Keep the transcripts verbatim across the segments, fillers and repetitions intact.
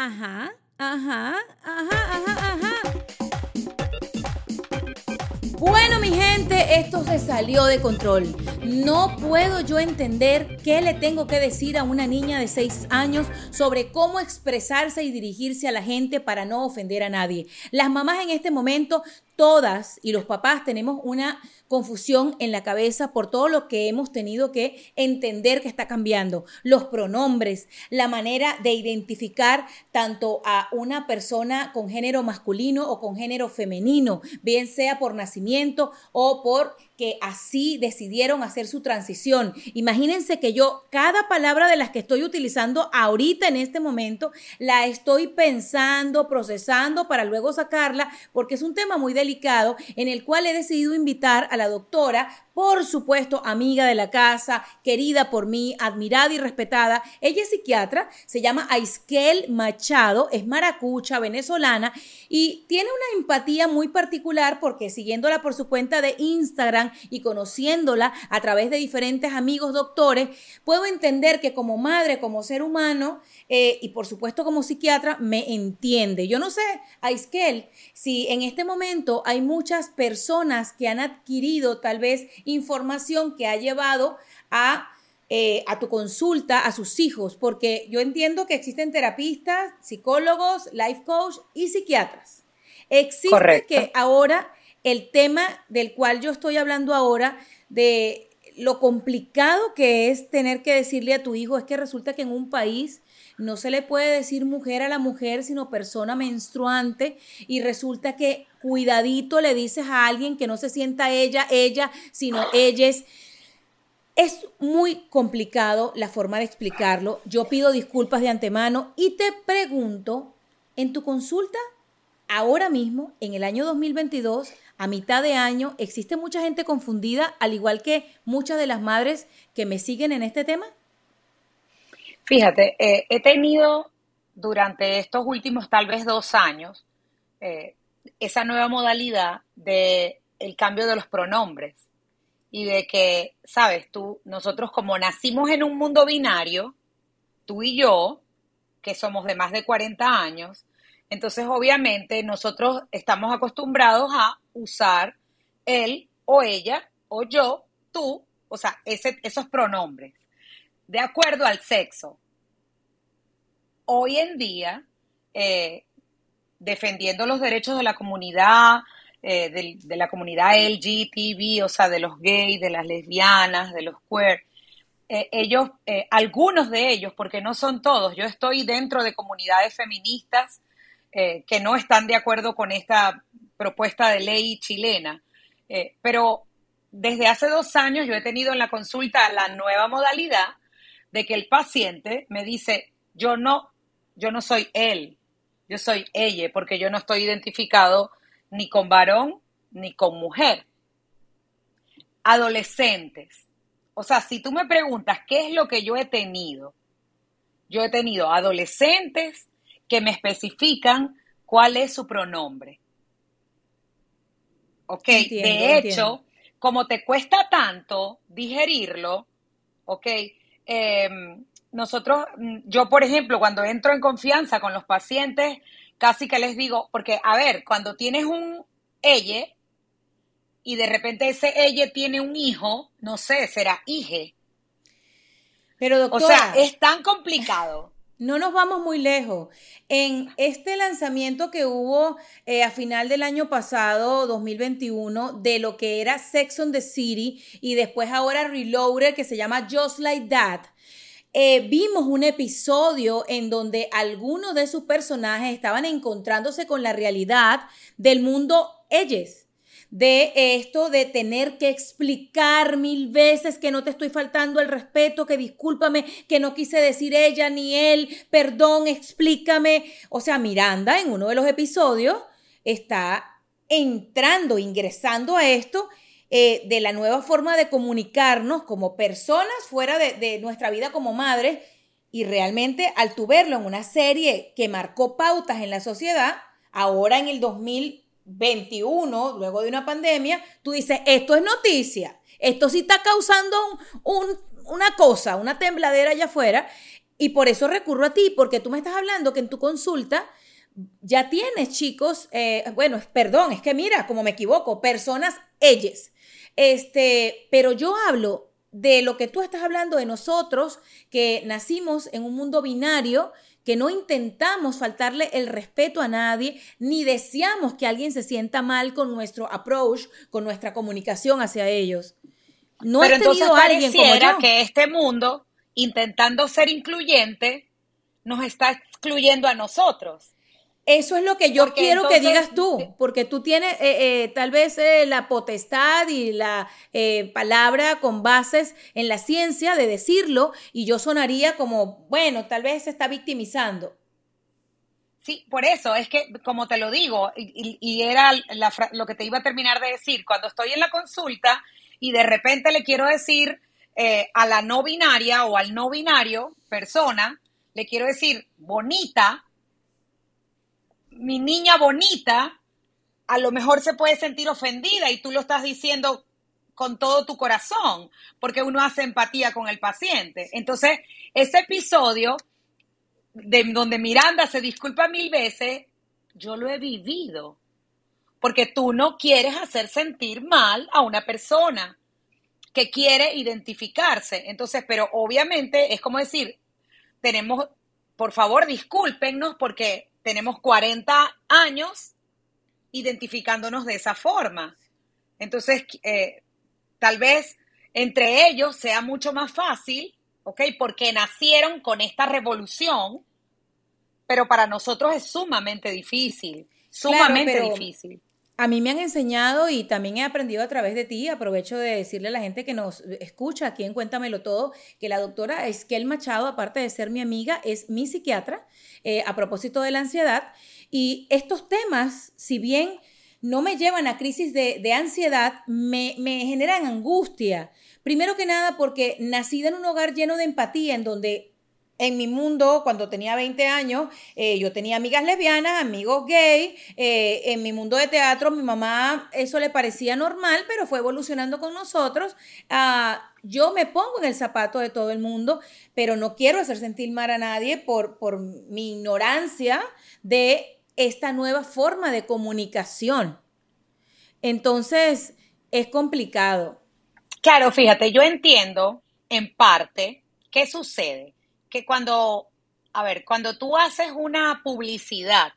Ajá, ajá, ajá, ajá, ajá. Bueno, mi gente, esto se salió de control. No puedo yo entender qué le tengo que decir a una niña de seis años sobre cómo expresarse y dirigirse a la gente para no ofender a nadie. Las mamás en este momento, todas, y los papás tenemos una confusión en la cabeza por todo lo que hemos tenido que entender que está cambiando. Los pronombres, la manera de identificar tanto a una persona con género masculino o con género femenino, bien sea por nacimiento o por que así decidieron hacer su transición. Imagínense que yo cada palabra de las que estoy utilizando ahorita en este momento la estoy pensando, procesando para luego sacarla, porque es un tema muy delicado en el cual he decidido invitar a la doctora, por supuesto, amiga de la casa, querida por mí, admirada y respetada. Ella es psiquiatra, se llama Aisquel Machado, es maracucha, venezolana, y tiene una empatía muy particular porque siguiéndola por su cuenta de Instagram y conociéndola a través de diferentes amigos doctores, puedo entender que como madre, como ser humano, eh, y por supuesto como psiquiatra, me entiende. Yo no sé, Aisquel, si en este momento hay muchas personas que han adquirido tal vez información que ha llevado a, eh, a tu consulta a sus hijos, porque yo entiendo que existen terapistas, psicólogos, life coach y psiquiatras. Existe Correcto. que ahora el tema del cual yo estoy hablando ahora, de lo complicado que es tener que decirle a tu hijo, es que resulta que en un país no se le puede decir mujer a la mujer, sino persona menstruante, y resulta que cuidadito le dices a alguien que no se sienta ella, ella, sino ellas. Es muy complicado la forma de explicarlo. Yo pido disculpas de antemano y te pregunto, en tu consulta, ahora mismo, en el año dos mil veintidós, a mitad de año, ¿existe mucha gente confundida, al igual que muchas de las madres que me siguen en este tema? Fíjate, eh, he tenido durante estos últimos tal vez dos años eh, esa nueva modalidad de el cambio de los pronombres y de que, sabes, tú, nosotros como nacimos en un mundo binario, tú y yo, que somos de más de cuarenta años, entonces obviamente nosotros estamos acostumbrados a usar él o ella o yo, tú, o sea, ese, esos pronombres, de acuerdo al sexo. Hoy en día, eh, defendiendo los derechos de la comunidad, eh, de, de la comunidad L G B T, o sea, de los gays, de las lesbianas, de los queer, eh, ellos, eh, algunos de ellos, porque no son todos, yo estoy dentro de comunidades feministas eh, que no están de acuerdo con esta propuesta de ley chilena, eh, pero desde hace dos años yo he tenido en la consulta la nueva modalidad de que el paciente me dice, yo no, yo no soy él, yo soy ella, porque yo no estoy identificado ni con varón ni con mujer. Adolescentes. O sea, si tú me preguntas qué es lo que yo he tenido, yo he tenido adolescentes que me especifican cuál es su pronombre. Ok, Entiendo, de entiendo. hecho, como te cuesta tanto digerirlo, ok, eh, nosotros, yo por ejemplo, cuando entro en confianza con los pacientes, casi que les digo, porque a ver, cuando tienes un ella y de repente ese ella tiene un hijo, no sé, será hije. Pero O sea, doctora, es tan complicado. no nos vamos muy lejos. En este lanzamiento que hubo eh, a final del año pasado, dos mil veintiuno, de lo que era Sex on the City y después ahora Reloaded, que se llama Just Like That, eh, vimos un episodio en donde algunos de sus personajes estaban encontrándose con la realidad del mundo ellos. De esto de tener que explicar mil veces que no te estoy faltando el respeto, que discúlpame, que no quise decir ella ni él, perdón, explícame. O sea, Miranda en uno de los episodios está entrando, ingresando a esto eh, de la nueva forma de comunicarnos como personas fuera de, de nuestra vida como madres, y realmente al tu verlo en una serie que marcó pautas en la sociedad, ahora en el dos mil veintiuno, luego de una pandemia, tú dices, esto es noticia, esto sí está causando un, un, una cosa, una tembladera allá afuera, Y por eso recurro a ti, porque tú me estás hablando que en tu consulta ya tienes chicos, eh, bueno, perdón, es que mira, como me equivoco, personas ellas. Este, pero yo hablo de lo que tú estás hablando de nosotros, que nacimos en un mundo binario, que no intentamos faltarle el respeto a nadie, ni deseamos que alguien se sienta mal con nuestro approach, con nuestra comunicación hacia ellos. No Pero he tenido entonces a alguien como pareciera yo. que este mundo, intentando ser incluyente, nos está excluyendo a nosotros. Eso es lo que yo Porque quiero que entonces, digas tú, porque tú tienes eh, eh, tal vez eh, la potestad y la eh, palabra con bases en la ciencia de decirlo, y yo sonaría como, bueno, tal vez se está victimizando. sí, por eso es que, como te lo digo, y, y- y era la fra- lo que te iba a terminar de decir, cuando estoy en la consulta y de repente le quiero decir eh, a la no binaria o al no binario, persona, le quiero decir bonita, mi niña bonita, a lo mejor se puede sentir ofendida y tú lo estás diciendo con todo tu corazón, porque uno hace empatía con el paciente. Entonces, ese episodio de donde Miranda se disculpa mil veces, yo lo he vivido, porque tú no quieres hacer sentir mal a una persona que quiere identificarse. Entonces, pero obviamente es como decir, tenemos, por favor, discúlpennos porque tenemos cuarenta años identificándonos de esa forma. Entonces, eh, tal vez entre ellos sea mucho más fácil, ¿ok? Porque nacieron con esta revolución, pero para nosotros es sumamente difícil, Claro, sumamente pero difícil. a mí me han enseñado y también he aprendido a través de ti. Aprovecho de decirle a la gente que nos escucha aquí en Cuéntamelo Todo, que la doctora Esquel Machado, aparte de ser mi amiga, es mi psiquiatra, eh, a propósito de la ansiedad. Y estos temas, si bien no me llevan a crisis de, de ansiedad, me, me generan angustia. Primero que nada porque nacida en un hogar lleno de empatía, en donde en mi mundo, cuando tenía veinte años, eh, yo tenía amigas lesbianas, amigos gay. Eh, en mi mundo de teatro, mi mamá eso le parecía normal, pero fue evolucionando con nosotros. Ah, yo me pongo en el zapato de todo el mundo, pero no quiero hacer sentir mal a nadie por, por mi ignorancia de esta nueva forma de comunicación. Entonces, es complicado. Claro, fíjate, yo entiendo en parte qué sucede, que cuando, a ver, cuando tú haces una publicidad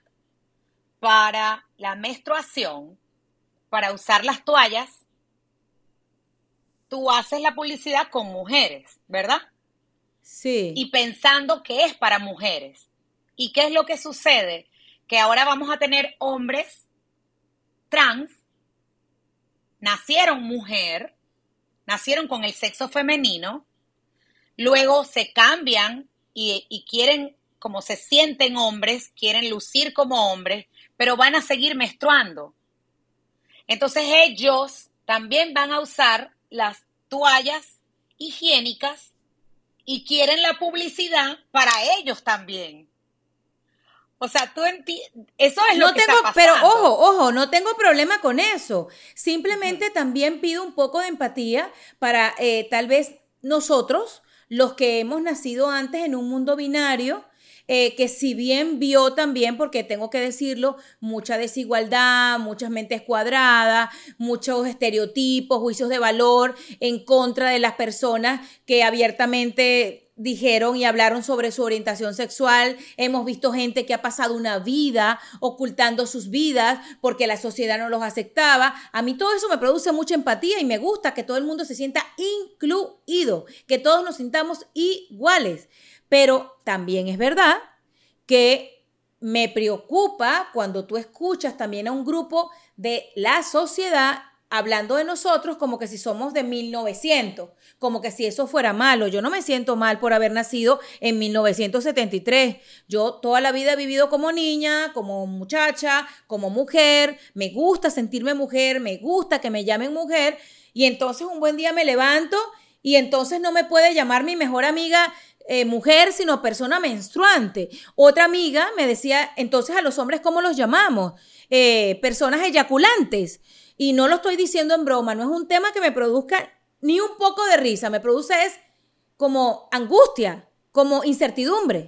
para la menstruación, para usar las toallas, tú haces la publicidad con mujeres, ¿verdad? Sí. Y pensando que es para mujeres. ¿Y qué es lo que sucede? Que ahora vamos a tener hombres trans, nacieron mujer, nacieron con el sexo femenino, luego se cambian y, y quieren, como se sienten hombres, quieren lucir como hombres, pero van a seguir menstruando. Entonces ellos también van a usar las toallas higiénicas y quieren la publicidad para ellos también. O sea, tú entiendes, eso es lo No que tengo, está pero pasando. ojo, ojo, no tengo problema con eso. Simplemente uh-huh. también pido un poco de empatía para eh, tal vez nosotros, los que hemos nacido antes en un mundo binario, eh, que si bien vio también, porque tengo que decirlo, mucha desigualdad, muchas mentes cuadradas, muchos estereotipos, juicios de valor en contra de las personas que abiertamente dijeron y hablaron sobre su orientación sexual. Hemos visto gente que ha pasado una vida ocultando sus vidas porque la sociedad no los aceptaba. A mí todo eso me produce mucha empatía y me gusta que todo el mundo se sienta incluido, que todos nos sintamos iguales. Pero también es verdad que me preocupa cuando tú escuchas también a un grupo de la sociedad hablando de nosotros como que si somos de mil novecientos, como que si eso fuera malo. Yo no me siento mal por haber nacido en mil novecientos setenta y tres. Yo toda la vida he vivido como niña, como muchacha, como mujer. Me gusta sentirme mujer, me gusta que me llamen mujer. Y entonces un buen día me levanto y entonces no me puede llamar mi mejor amiga eh, mujer, sino persona menstruante. Otra amiga me decía, entonces a los hombres, ¿cómo los llamamos? Eh, personas eyaculantes. Y no lo estoy diciendo en broma, no es un tema que me produzca ni un poco de risa, me produce es como angustia, como incertidumbre.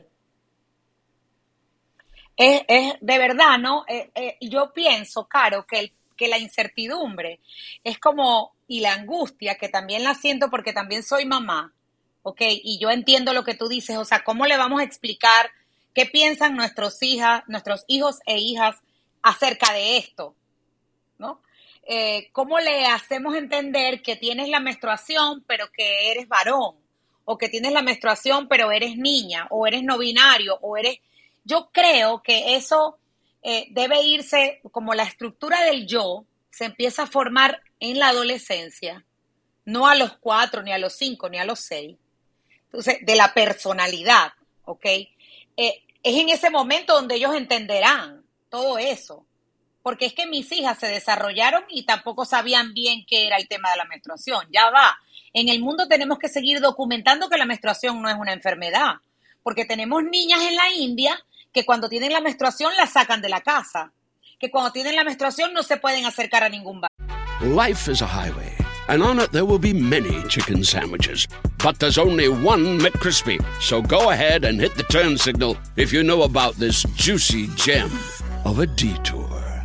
Es, es de verdad, ¿no? Eh, eh, yo pienso, Caro, que, el, que la incertidumbre es como, y la angustia, que también la siento porque también soy mamá, ¿ok? Y yo entiendo lo que tú dices, o sea, ¿cómo le vamos a explicar qué piensan nuestros hijas, nuestros hijos e hijas acerca de esto, ¿no? Eh, ¿Cómo le hacemos entender que tienes la menstruación pero que eres varón? O que tienes la menstruación pero eres niña, o eres no binario, o eres... Yo creo que eso eh, debe irse, como la estructura del yo se empieza a formar en la adolescencia, no a los cuatro, ni a los cinco, ni a los seis. Entonces, de la personalidad, ¿ok? Eh, es en ese momento donde ellos entenderán todo eso. Porque es que mis hijas se desarrollaron y tampoco sabían bien qué era el tema de la menstruación. Ya va. En el mundo tenemos que seguir documentando que la menstruación no es una enfermedad. Porque tenemos niñas en la India que cuando tienen la menstruación la sacan de la casa. Que cuando tienen la menstruación no se pueden acercar a ningún bar. Life is a highway, and on it there will be many chicken sandwiches. But there's only one McCrispy. So go ahead and hit the turn signal if you know about this juicy gem of a detour.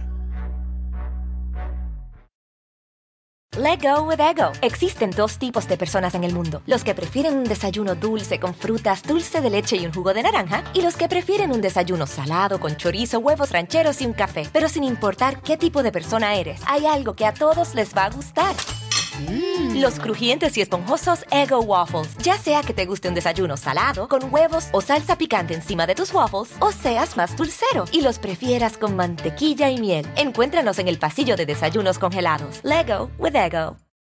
Let go with ego. Existen dos tipos de personas en el mundo. Los que prefieren un desayuno dulce con frutas, dulce de leche y un jugo de naranja. Y los que prefieren un desayuno salado con chorizo, huevos rancheros y un café. Pero sin importar qué tipo de persona eres, hay algo que a todos les va a gustar. Mm. Los crujientes y esponjosos Eggo Waffles. Ya sea que te guste un desayuno salado, con huevos o salsa picante encima de tus waffles, o seas más dulcero y los prefieras con mantequilla y miel. Encuéntranos en el pasillo de desayunos congelados. Lego with Eggo.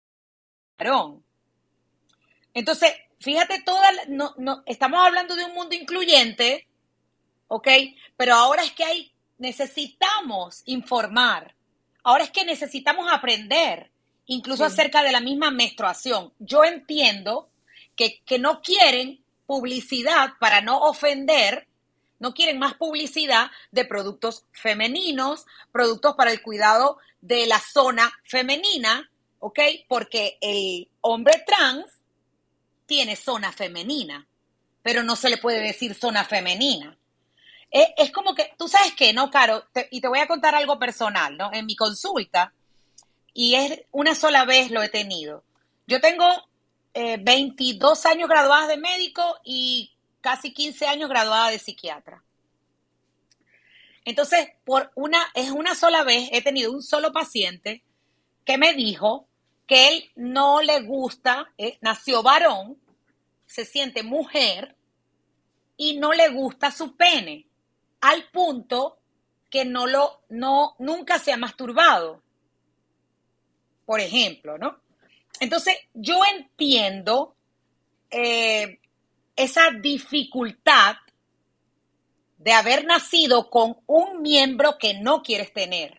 Entonces, fíjate, toda la, no, no, estamos hablando de un mundo incluyente, ¿ok? Pero ahora es que hay, necesitamos informar. Ahora es que necesitamos aprender. Incluso sí. Acerca de la misma menstruación. Yo entiendo que, que no quieren publicidad para no ofender, no quieren más publicidad de productos femeninos, productos para el cuidado de la zona femenina, ¿ok? Porque el hombre trans tiene zona femenina, pero no se le puede decir zona femenina. Es, es como que, tú sabes qué, ¿no, Caro? Te, y te voy a contar algo personal, ¿no? En mi consulta, y es una sola vez lo he tenido. Yo tengo eh, veintidós años graduada de médico y casi quince años graduada de psiquiatra. Entonces, por una, es una sola vez he tenido un solo paciente que me dijo que él no le gusta, eh, nació varón, se siente mujer y no le gusta su pene, al punto que no lo, no, nunca se ha masturbado. Por ejemplo, ¿no? Entonces, yo entiendo eh, esa dificultad de haber nacido con un miembro que no quieres tener.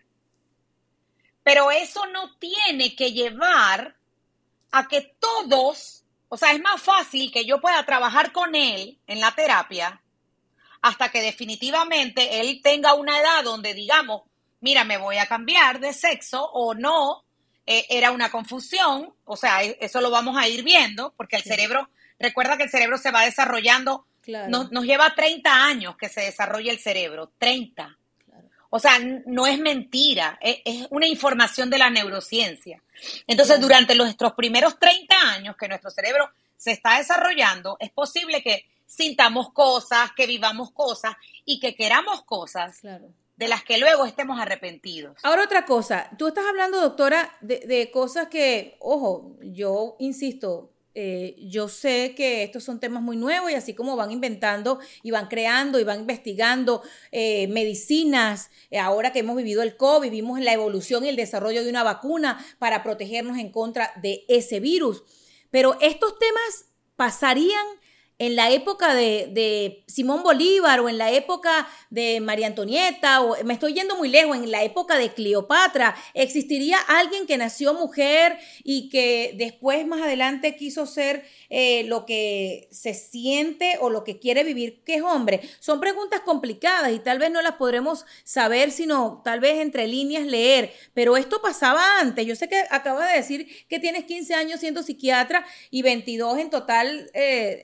Pero eso no tiene que llevar a que todos, o sea, es más fácil que yo pueda trabajar con él en la terapia hasta que definitivamente él tenga una edad donde digamos, mira, me voy a cambiar de sexo o no. Eh, era una confusión, o sea, eso lo vamos a ir viendo, porque el sí. cerebro, recuerda que el cerebro se va desarrollando, claro. nos, nos lleva treinta años que se desarrolle el cerebro, treinta. Claro. O sea, no es mentira, es, es una información de la neurociencia. Entonces, claro. durante nuestros primeros treinta años que nuestro cerebro se está desarrollando, es posible que sintamos cosas, que vivamos cosas y que queramos cosas. Claro. De las que luego estemos arrepentidos. Ahora otra cosa, tú estás hablando, doctora, de, de cosas que, ojo, yo insisto, eh, yo sé que estos son temas muy nuevos y así como van inventando y van creando y van investigando eh, medicinas, eh, ahora que hemos vivido el COVID, vimos la evolución y el desarrollo de una vacuna para protegernos en contra de ese virus, pero estos temas pasarían en la época de, de Simón Bolívar o en la época de María Antonieta, o me estoy yendo muy lejos, en la época de Cleopatra, ¿existiría alguien que nació mujer y que después más adelante quiso ser eh, lo que se siente o lo que quiere vivir que es hombre? Son preguntas complicadas y tal vez no las podremos saber, sino tal vez entre líneas leer, pero esto pasaba antes. Yo sé que acabas de decir que tienes quince años siendo psiquiatra y veintidós en total eh, trabajando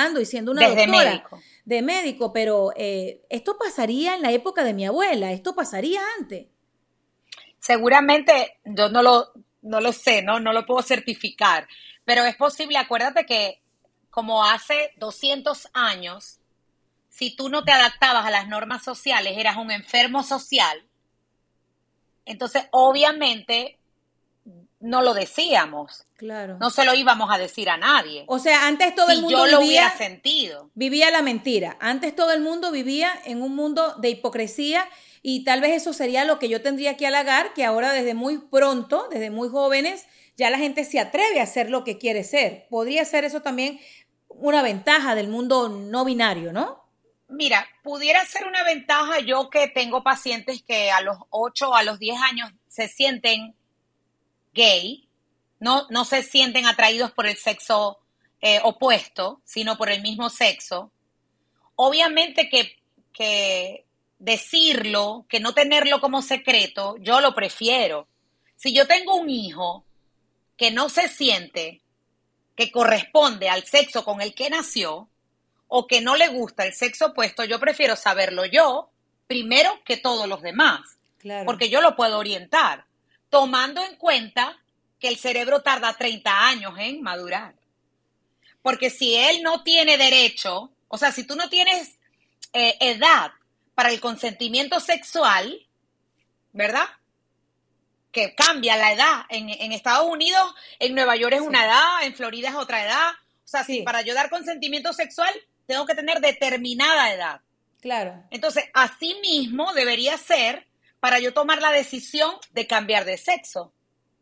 trabajando y siendo una Desde doctora médico. de médico, pero eh, esto pasaría en la época de mi abuela, esto pasaría antes. Seguramente, yo no lo, no lo sé, ¿no? No lo puedo certificar, pero es posible. Acuérdate que como hace doscientos años, si tú no te adaptabas a las normas sociales, eras un enfermo social. Entonces, obviamente, no lo decíamos. Claro. No se lo íbamos a decir a nadie. O sea, antes todo si el mundo yo lo vivía, hubiera sentido. vivía la mentira. Antes todo el mundo vivía en un mundo de hipocresía y tal vez eso sería lo que yo tendría que halagar, que ahora desde muy pronto, desde muy jóvenes, ya la gente se atreve a hacer lo que quiere ser. Podría ser eso también una ventaja del mundo no binario, ¿no? Mira, pudiera ser una ventaja yo que tengo pacientes que a los ocho o a los diez años se sienten gay, no, no se sienten atraídos por el sexo eh, opuesto, sino por el mismo sexo. Obviamente que, que decirlo, que no tenerlo como secreto, yo lo prefiero. Si yo tengo un hijo que no se siente que corresponde al sexo con el que nació o que no le gusta el sexo opuesto, yo prefiero saberlo yo primero que todos los demás. Claro. Porque yo lo puedo orientar, tomando en cuenta que el cerebro tarda treinta años en madurar. Porque si él no tiene derecho, o sea, si tú no tienes eh, edad para el consentimiento sexual, ¿verdad? Que cambia la edad. En, en Estados Unidos, en Nueva York es Sí. una edad, en Florida es otra edad. O sea, Sí. si para yo dar consentimiento sexual, tengo que tener determinada edad. Claro. Entonces, así mismo debería ser para yo tomar la decisión de cambiar de sexo.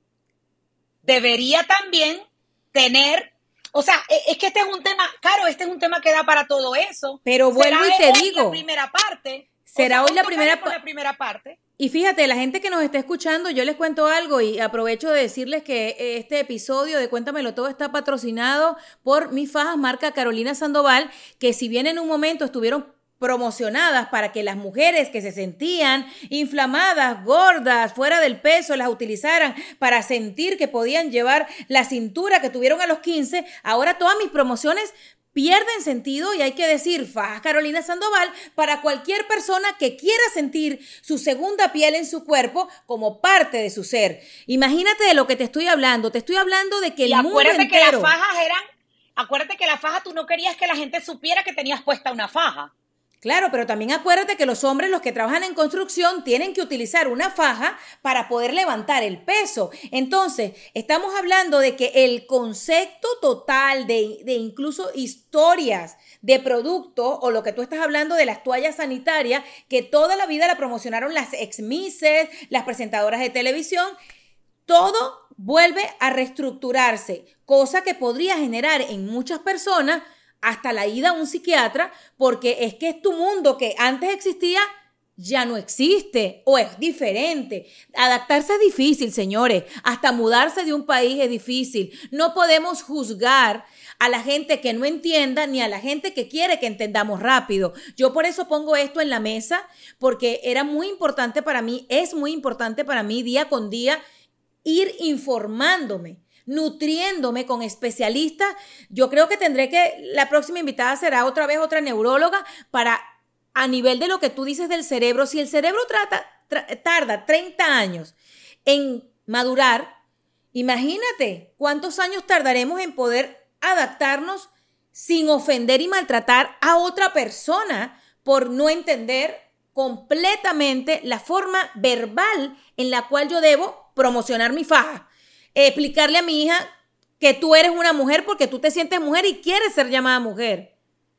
Debería también tener, o sea, es que este es un tema, claro, este es un tema que da para todo eso. Pero vuelvo y te hoy digo, la primera parte. será o sea, hoy la tocaré primera por pa- la primera parte. Y fíjate, la gente que nos está escuchando, yo les cuento algo y aprovecho de decirles que este episodio de Cuéntamelo Todo está patrocinado por mis fajas marca Carolina Sandoval, que si bien en un momento estuvieron promocionadas para que las mujeres que se sentían inflamadas, gordas, fuera del peso, las utilizaran para sentir que podían llevar la cintura que tuvieron a los quince, ahora todas mis promociones pierden sentido y hay que decir fajas Carolina Sandoval para cualquier persona que quiera sentir su segunda piel en su cuerpo como parte de su ser. Imagínate de lo que te estoy hablando. Te estoy hablando de que el Y mundo acuérdate que entero... las fajas eran, acuérdate que la faja tú no querías que la gente supiera que tenías puesta una faja. Claro, pero también acuérdate que los hombres, los que trabajan en construcción, tienen que utilizar una faja para poder levantar el peso. Entonces, estamos hablando de que el concepto total de, de incluso historias de producto o lo que tú estás hablando de las toallas sanitarias, que toda la vida la promocionaron las ex-misses, las presentadoras de televisión, todo vuelve a reestructurarse, cosa que podría generar en muchas personas hasta la ida a un psiquiatra, porque es que es tu mundo que antes existía, ya no existe o es diferente. Adaptarse es difícil, señores. Hasta mudarse de un país es difícil. No podemos juzgar a la gente que no entienda ni a la gente que quiere que entendamos rápido. Yo por eso pongo esto en la mesa, porque era muy importante para mí, es muy importante para mí día con día ir informándome, nutriéndome con especialistas. Yo creo que tendré que, la próxima invitada será otra vez otra neuróloga para, a nivel de lo que tú dices del cerebro, si el cerebro trata, tra- tarda treinta años en madurar, imagínate cuántos años tardaremos en poder adaptarnos sin ofender y maltratar a otra persona por no entender completamente la forma verbal en la cual yo debo promocionar mi faja. Explicarle a mi hija que tú eres una mujer porque tú te sientes mujer y quieres ser llamada mujer.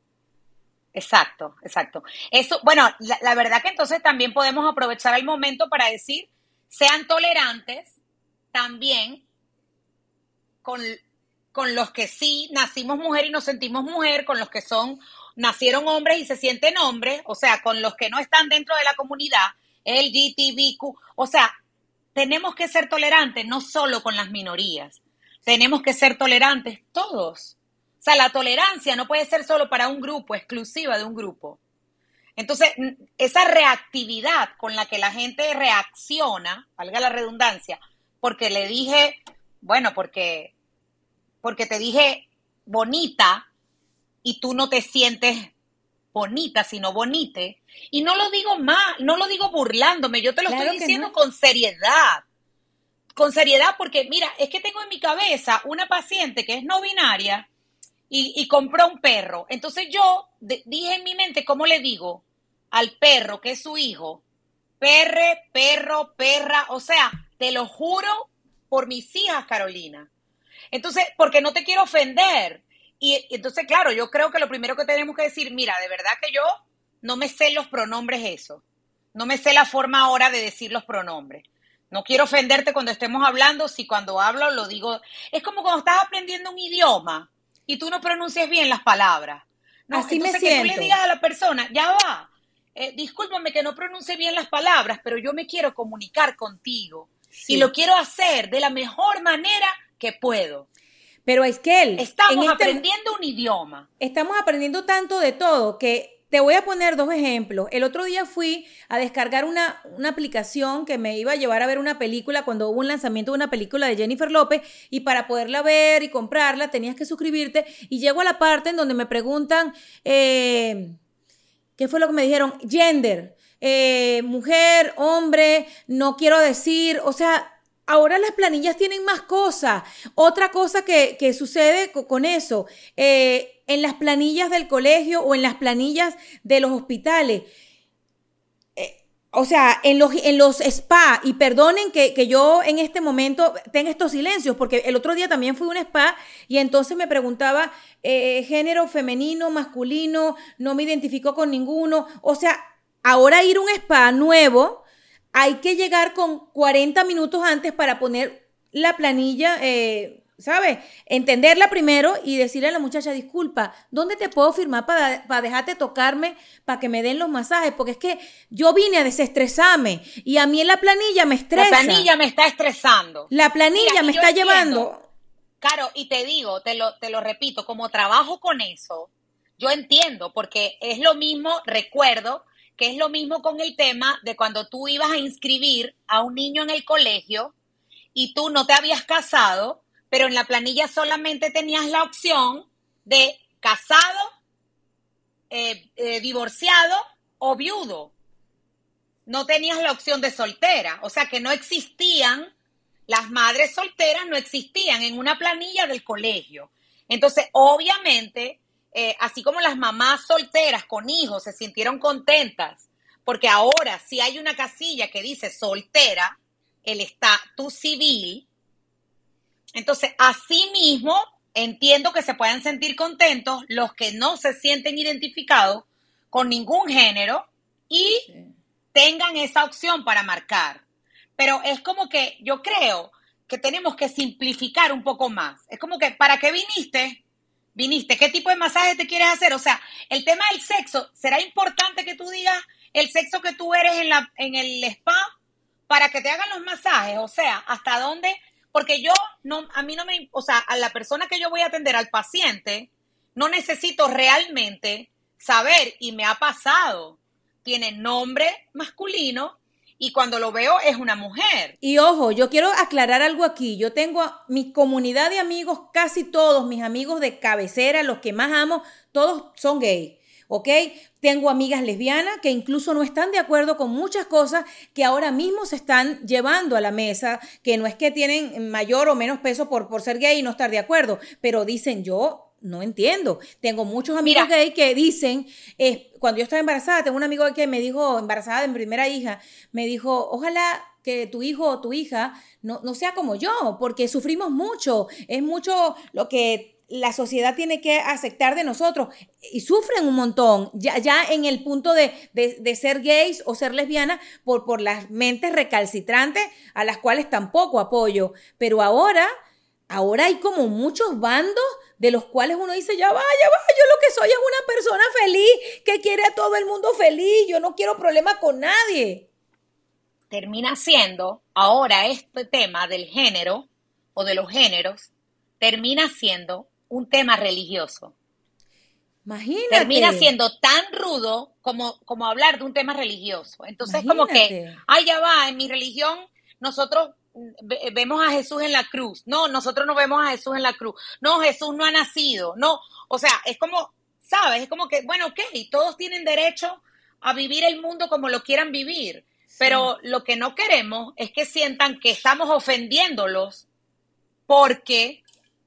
Exacto, exacto. Eso, bueno, la, la verdad que entonces también podemos aprovechar el momento para decir, sean tolerantes también con, con los que sí nacimos mujer y nos sentimos mujer, con los que son, nacieron hombres y se sienten hombres, o sea, con los que no están dentro de la comunidad, L G T B Q, o sea, tenemos que ser tolerantes, no solo con las minorías. Tenemos que ser tolerantes todos. O sea, la tolerancia no puede ser solo para un grupo, exclusiva de un grupo. Entonces, esa reactividad con la que la gente reacciona, valga la redundancia, porque le dije, bueno, porque, porque te dije bonita, y tú no te sientes bonita, sino bonite. Y no lo digo mal, no lo digo burlándome, yo te lo Claro estoy que diciendo no. con seriedad. Con seriedad, porque mira, es que tengo en mi cabeza una paciente que es no binaria y, y compró un perro. Entonces yo de, dije en mi mente, ¿cómo le digo al perro que es su hijo? Perre, perro, perra, o sea, te lo juro por mis hijas, Carolina. Entonces, porque no te quiero ofender. Y entonces, claro, yo creo que lo primero que tenemos que decir, mira, de verdad que yo no me sé los pronombres eso. No me sé la forma ahora de decir los pronombres. No quiero ofenderte cuando estemos hablando, si cuando hablo lo digo. Es como cuando estás aprendiendo un idioma y tú no pronuncias bien las palabras, ¿no? Así me Entonces que tú le siento. digas a la persona, ya va, eh, discúlpame que no pronuncie bien las palabras, pero yo me quiero comunicar contigo Sí. y lo quiero hacer de la mejor manera que puedo. Pero es que él, Estamos en este, aprendiendo un idioma. estamos aprendiendo tanto de todo que te voy a poner dos ejemplos. El otro día fui a descargar una, una aplicación que me iba a llevar a ver una película cuando hubo un lanzamiento de una película de Jennifer López, y para poderla ver y comprarla tenías que suscribirte, y llego a la parte en donde me preguntan, eh, ¿qué fue lo que me dijeron? Gender, eh, mujer, hombre, no quiero decir, o sea... Ahora las planillas tienen más cosas. Otra cosa que, que sucede con, con eso, eh, en las planillas del colegio o en las planillas de los hospitales, eh, o sea, en los, en los spa, y perdonen que, que yo en este momento tenga estos silencios, porque el otro día también fui a un spa y entonces me preguntaba eh, género femenino, masculino, no me identifico con ninguno. O sea, ahora ir a un spa nuevo... Hay que llegar con cuarenta minutos antes para poner la planilla, eh, ¿sabes? Entenderla primero y decirle a la muchacha, disculpa, ¿dónde te puedo firmar para, para dejarte tocarme, para que me den los masajes? Porque es que yo vine a desestresarme y a mí en la planilla me estresa. La planilla me está estresando. La planilla Mira, me yo está entiendo, llevando... Caro, y te digo, te lo, te lo repito, como trabajo con eso, yo entiendo, porque es lo mismo, recuerdo, que es lo mismo con el tema de cuando tú ibas a inscribir a un niño en el colegio y tú no te habías casado, pero en la planilla solamente tenías la opción de casado, eh, eh, divorciado o viudo. No tenías la opción de soltera, o sea que no existían, las madres solteras no existían en una planilla del colegio. Entonces, obviamente... Eh, así como las mamás solteras con hijos se sintieron contentas, porque ahora si hay una casilla que dice soltera, el estatus civil, entonces así mismo entiendo que se puedan sentir contentos los que no se sienten identificados con ningún género y sí. tengan esa opción para marcar. Pero es como que yo creo que tenemos que simplificar un poco más. Es como que, ¿para qué viniste? Viniste, ¿qué tipo de masaje te quieres hacer? O sea, el tema del sexo, ¿será importante que tú digas el sexo que tú eres en, la, en el spa para que te hagan los masajes? O sea, ¿hasta dónde? Porque yo, no, a mí no me, o sea, a la persona que yo voy a atender, al paciente, no necesito realmente saber, y me ha pasado, tiene nombre masculino, y cuando lo veo es una mujer. Y ojo, yo quiero aclarar algo aquí. Yo tengo a mi comunidad de amigos, casi todos mis amigos de cabecera, los que más amo, todos son gay, ¿ok? Tengo amigas lesbianas que incluso no están de acuerdo con muchas cosas que ahora mismo se están llevando a la mesa, que no es que tienen mayor o menos peso por, por ser gay y no estar de acuerdo, pero dicen yo... No entiendo. Tengo muchos amigos Mira. gay que dicen, eh, cuando yo estaba embarazada, tengo un amigo que me dijo, embarazada de mi primera hija, me dijo, ojalá que tu hijo o tu hija no, no sea como yo, porque sufrimos mucho, es mucho lo que la sociedad tiene que aceptar de nosotros, y sufren un montón, ya, ya en el punto de, de, de ser gays o ser lesbianas, por, por las mentes recalcitrantes a las cuales tampoco apoyo, pero ahora... Ahora hay como muchos bandos de los cuales uno dice, ya va, ya va, yo lo que soy es una persona feliz, que quiere a todo el mundo feliz, yo no quiero problemas con nadie. Termina siendo, ahora este tema del género o de los géneros, termina siendo un tema religioso. Imagínate. Termina siendo tan rudo como, como hablar de un tema religioso. Entonces, Imagínate. como que, ay, ya va, en mi religión nosotros... vemos a Jesús en la cruz. No, nosotros no vemos a Jesús en la cruz. No, Jesús no ha nacido. No, o sea, es como ¿sabes? Es como que, bueno, ok, todos tienen derecho a vivir el mundo como lo quieran vivir, sí. Pero lo que no queremos es que sientan que estamos ofendiéndolos porque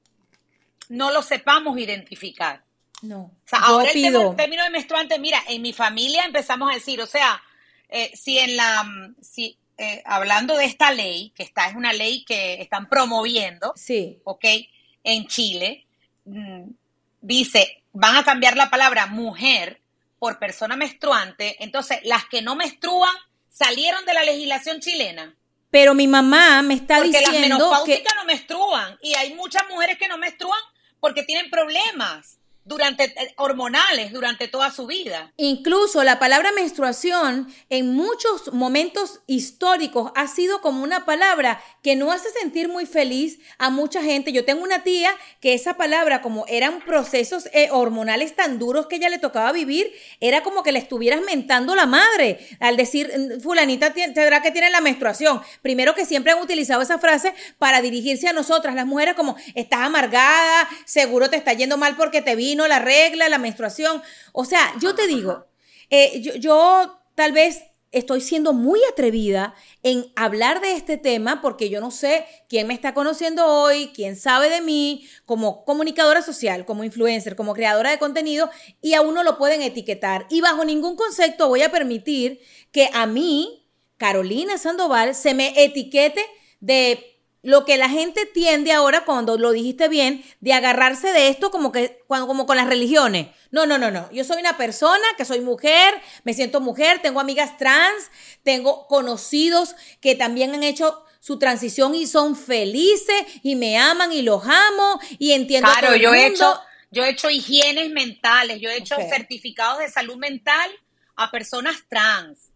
no lo sepamos identificar. No, o sea, ahora el, tema, el término de menstruante, mira, en mi familia empezamos a decir, o sea, eh, si en la, si eh, hablando de esta ley, que está, es una ley que están promoviendo, sí. ¿ok? En Chile, mmm, dice, van a cambiar la palabra mujer por persona menstruante, entonces las que no menstruan salieron de la legislación chilena. Pero mi mamá me está porque diciendo las menopáusicas que no menstruan y hay muchas mujeres que no menstruan porque tienen problemas durante hormonales durante toda su vida. Incluso la palabra menstruación en muchos momentos históricos ha sido como una palabra que no hace sentir muy feliz a mucha gente. Yo tengo una tía que esa palabra, como eran procesos eh, hormonales tan duros que ella le tocaba vivir, era como que le estuvieras mentando la madre al decir, fulanita tendrá que tiene la menstruación. Primero que siempre han utilizado esa frase para dirigirse a nosotras, las mujeres, como estás amargada, seguro te está yendo mal porque te vino la regla, la menstruación. O sea, yo te digo, eh, yo, yo tal vez estoy siendo muy atrevida en hablar de este tema porque yo no sé quién me está conociendo hoy, quién sabe de mí como comunicadora social, como influencer, como creadora de contenido, y a uno lo pueden etiquetar. Y bajo ningún concepto voy a permitir que a mí, Carolina Sandoval, se me etiquete de lo que la gente tiende ahora, cuando lo dijiste bien, de agarrarse de esto como que cuando, como con las religiones. No, no, no, no. Yo soy una persona que soy mujer, me siento mujer, tengo amigas trans, tengo conocidos que también han hecho su transición y son felices y me aman y los amo y entiendo claro, todo el yo mundo. he hecho, yo he hecho higienes mentales, yo he hecho okay. certificados de salud mental a personas trans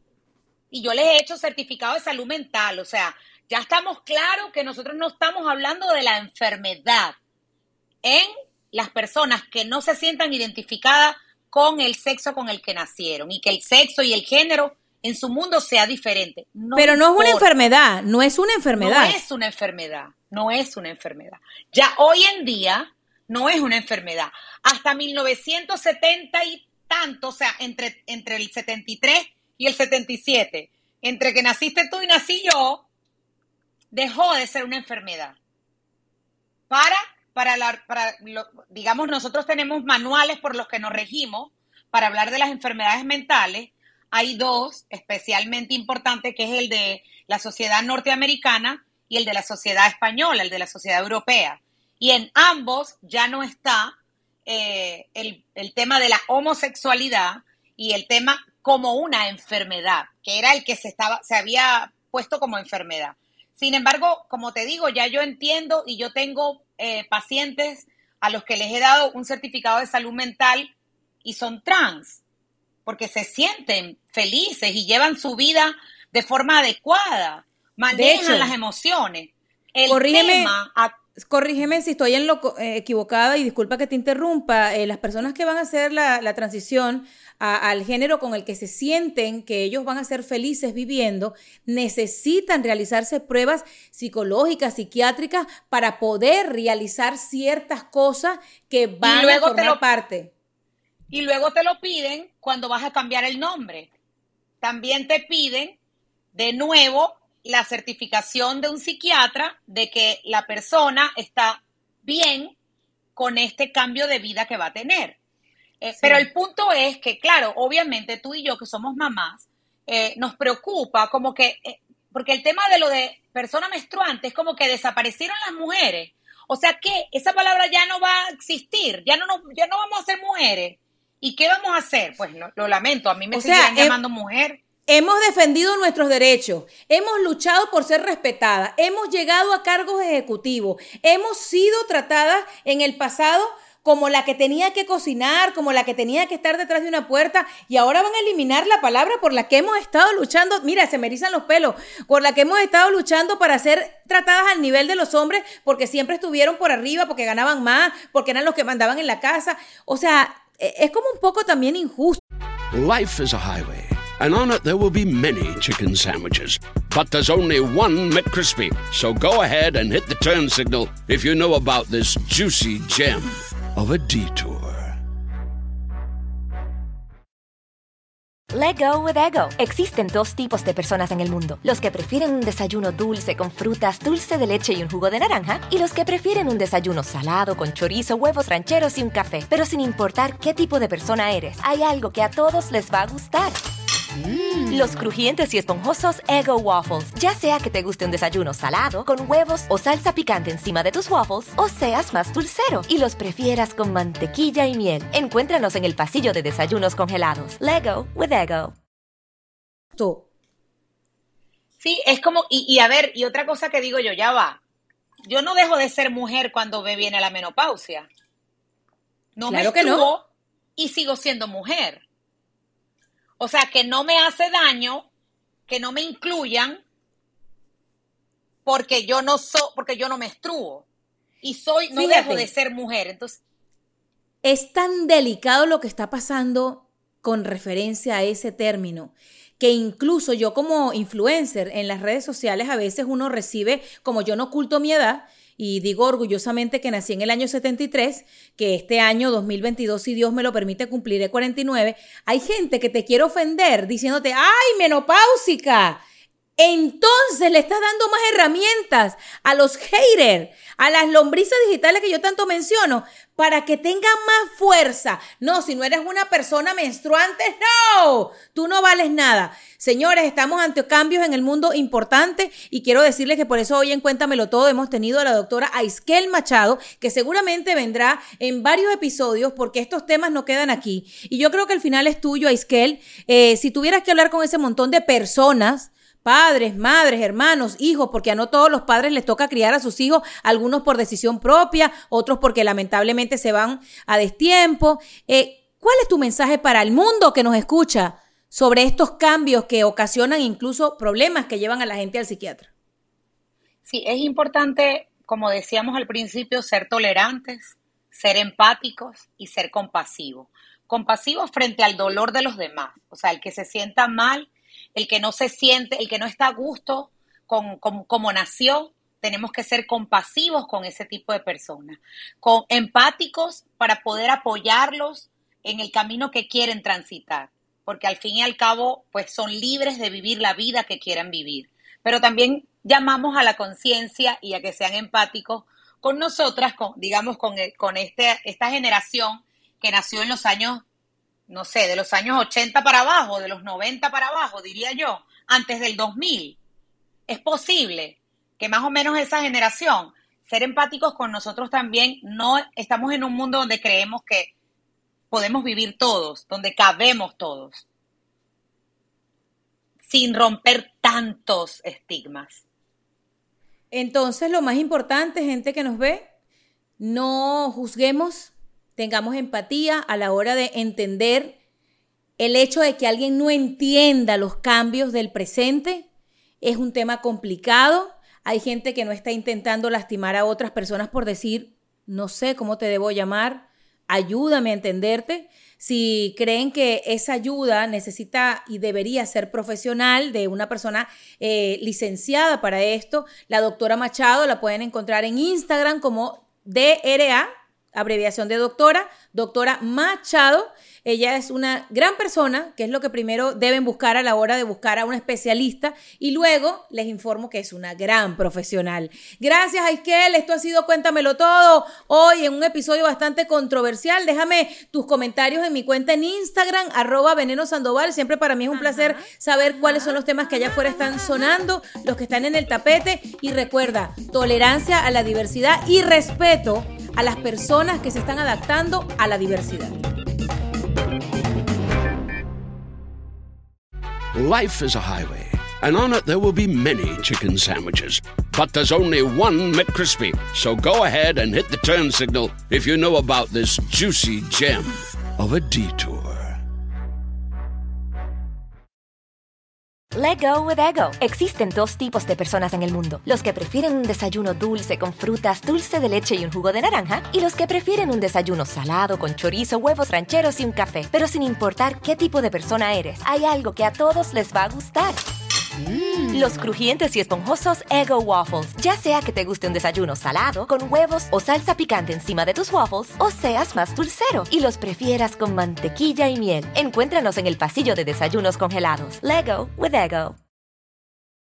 y yo les he hecho certificados de salud mental, o sea, ya estamos claros que nosotros no estamos hablando de la enfermedad en las personas que no se sientan identificadas con el sexo con el que nacieron y que el sexo y el género en su mundo sea diferente. No Pero no importa. es una enfermedad, no es una enfermedad. No es una enfermedad, no es una enfermedad. Ya hoy en día no es una enfermedad. Hasta mil novecientos setenta y tanto, o sea, entre, entre el setenta y tres y el setenta y siete, entre que naciste tú y nací yo, dejó de ser una enfermedad. Para, para, la, para lo, digamos, nosotros tenemos manuales por los que nos regimos para hablar de las enfermedades mentales. Hay dos especialmente importantes, que es el de la sociedad norteamericana y el de la sociedad española, el de la sociedad europea. Y en ambos ya no está eh, el, el tema de la homosexualidad y el tema como una enfermedad, que era el que se, estaba, se había puesto como enfermedad. Sin embargo, como te digo, ya yo entiendo y yo tengo eh, pacientes a los que les he dado un certificado de salud mental y son trans, porque se sienten felices y llevan su vida de forma adecuada, manejan de hecho, las emociones. El corrígeme, tema... A... corrígeme si estoy en lo eh, equivocada y disculpa que te interrumpa. Eh, las personas que van a hacer la, la transición a, al género con el que se sienten que ellos van a ser felices viviendo, necesitan realizarse pruebas psicológicas, psiquiátricas, para poder realizar ciertas cosas que van a formar lo, parte. Y luego te lo piden cuando vas a cambiar el nombre. También te piden de nuevo la certificación de un psiquiatra de que la persona está bien con este cambio de vida que va a tener. Eh, sí. Pero el punto es que, claro, obviamente tú y yo que somos mamás, eh, nos preocupa como que, eh, porque el tema de lo de persona menstruante es como que desaparecieron las mujeres. O sea que esa palabra ya no va a existir, ya no, no, ya no vamos a ser mujeres. ¿Y qué vamos a hacer? Pues lo, lo lamento, a mí me seguirán llamando eh, mujer. Hemos defendido nuestros derechos, hemos luchado por ser respetadas, hemos llegado a cargos ejecutivos, hemos sido tratadas en el pasado como la que tenía que cocinar, como la que tenía que estar detrás de una puerta, y ahora van a eliminar la palabra por la que hemos estado luchando, mira, se me erizan los pelos, por la que hemos estado luchando para ser tratadas al nivel de los hombres, porque siempre estuvieron por arriba, porque ganaban más, porque eran los que mandaban en la casa. O sea, es como un poco también injusto. Life is a highway, and on it there will be many chicken sandwiches. But there's only one McCrispy. So go ahead and hit the turn signal if you know about this juicy gem of a detour. Let go with ego. Existen dos tipos de personas en el mundo. Los que prefieren un desayuno dulce con frutas, dulce de leche y un jugo de naranja. Y los que prefieren un desayuno salado con chorizo, huevos rancheros y un café. Pero sin importar qué tipo de persona eres, hay algo que a todos les va a gustar. Mm. Los crujientes y esponjosos Eggo Waffles. Ya sea que te guste un desayuno salado, con huevos o salsa picante encima de tus waffles, o seas más dulcero y los prefieras con mantequilla y miel. Encuéntranos en el pasillo de desayunos congelados. Leggo with Eggo. Tú. Sí, es como, y, y a ver, y otra cosa que digo yo, ya va. Yo no dejo de ser mujer cuando me viene la menopausia. No claro me que no. Y sigo siendo mujer. O sea, que no me hace daño, que no me incluyan, porque yo no soy, porque yo no menstruo. Y soy, no Fíjate, dejo de ser mujer. Entonces, es tan delicado lo que está pasando con referencia a ese término, que incluso yo como influencer en las redes sociales a veces uno recibe, como yo no oculto mi edad, y digo orgullosamente que nací en el año setenta y tres, que este año dos mil veintidós, si Dios me lo permite, cumpliré cuarenta y nueve. Hay gente que te quiere ofender diciéndote, ¡ay, menopáusica! Entonces le estás dando más herramientas a los haters, a las lombrices digitales que yo tanto menciono, para que tengan más fuerza. No, si no eres una persona menstruante, no, tú no vales nada. Señores, estamos ante cambios en el mundo importantes y quiero decirles que por eso hoy en Cuéntamelo Todo hemos tenido a la doctora Aisquel Machado, que seguramente vendrá en varios episodios porque estos temas no quedan aquí. Y yo creo que el final es tuyo, Aisquel. Eh, si tuvieras que hablar con ese montón de personas, padres, madres, hermanos, hijos, porque a no todos los padres les toca criar a sus hijos, algunos por decisión propia, otros porque lamentablemente se van a destiempo. Eh, ¿Cuál es tu mensaje para el mundo que nos escucha sobre estos cambios que ocasionan incluso problemas que llevan a la gente al psiquiatra? Sí, es importante, como decíamos al principio, ser tolerantes, ser empáticos y ser compasivos. Compasivos frente al dolor de los demás. O sea, el que se sienta mal, el que no se siente, el que no está a gusto con, con como nació, tenemos que ser compasivos con ese tipo de personas, con empáticos para poder apoyarlos en el camino que quieren transitar, porque al fin y al cabo, pues son libres de vivir la vida que quieran vivir. Pero también llamamos a la conciencia y a que sean empáticos con nosotras, con, digamos, con, con este, esta generación que nació en los años, no sé, de los años ochenta para abajo, de los noventa para abajo, diría yo, antes del dos mil. Es posible que más o menos esa generación, ser empáticos con nosotros también, no estamos en un mundo donde creemos que podemos vivir todos, donde cabemos todos, sin romper tantos estigmas. Entonces, lo más importante, gente que nos ve, no juzguemos, tengamos empatía a la hora de entender el hecho de que alguien no entienda los cambios del presente. Es un tema complicado. Hay gente que no está intentando lastimar a otras personas por decir, no sé cómo te debo llamar, ayúdame a entenderte. Si creen que esa ayuda necesita y debería ser profesional, de una persona eh, licenciada para esto, la doctora Machado la pueden encontrar en Instagram como D R A, abreviación de doctora, doctora Machado. Ella es una gran persona, que es lo que primero deben buscar a la hora de buscar a un especialista, y luego les informo que es una gran profesional. Gracias, Aisquel. Esto ha sido Cuéntamelo Todo. Hoy en un episodio bastante controversial. Déjame tus comentarios en mi cuenta en Instagram, arroba Veneno Sandoval. Siempre para mí es un ajá, placer saber ajá, cuáles son los temas que allá afuera están sonando, los que están en el tapete. Y recuerda, tolerancia a la diversidad y respeto a las personas que se están adaptando a la diversidad. Life is a highway, and on it there will be many chicken sandwiches. But there's only one McCrispy. So go ahead and hit the turn signal if you know about this juicy gem of a detour. Let go with ego. Existen dos tipos de personas en el mundo. Los que prefieren un desayuno dulce con frutas, dulce de leche y un jugo de naranja. Y los que prefieren un desayuno salado con chorizo, huevos rancheros y un café. Pero sin importar qué tipo de persona eres, hay algo que a todos les va a gustar. Mm. Los crujientes y esponjosos Eggo Waffles. Ya sea que te guste un desayuno salado, con huevos o salsa picante encima de tus waffles, o seas más dulcero y los prefieras con mantequilla y miel. Encuéntranos en el pasillo de desayunos congelados. Leggo with Eggo.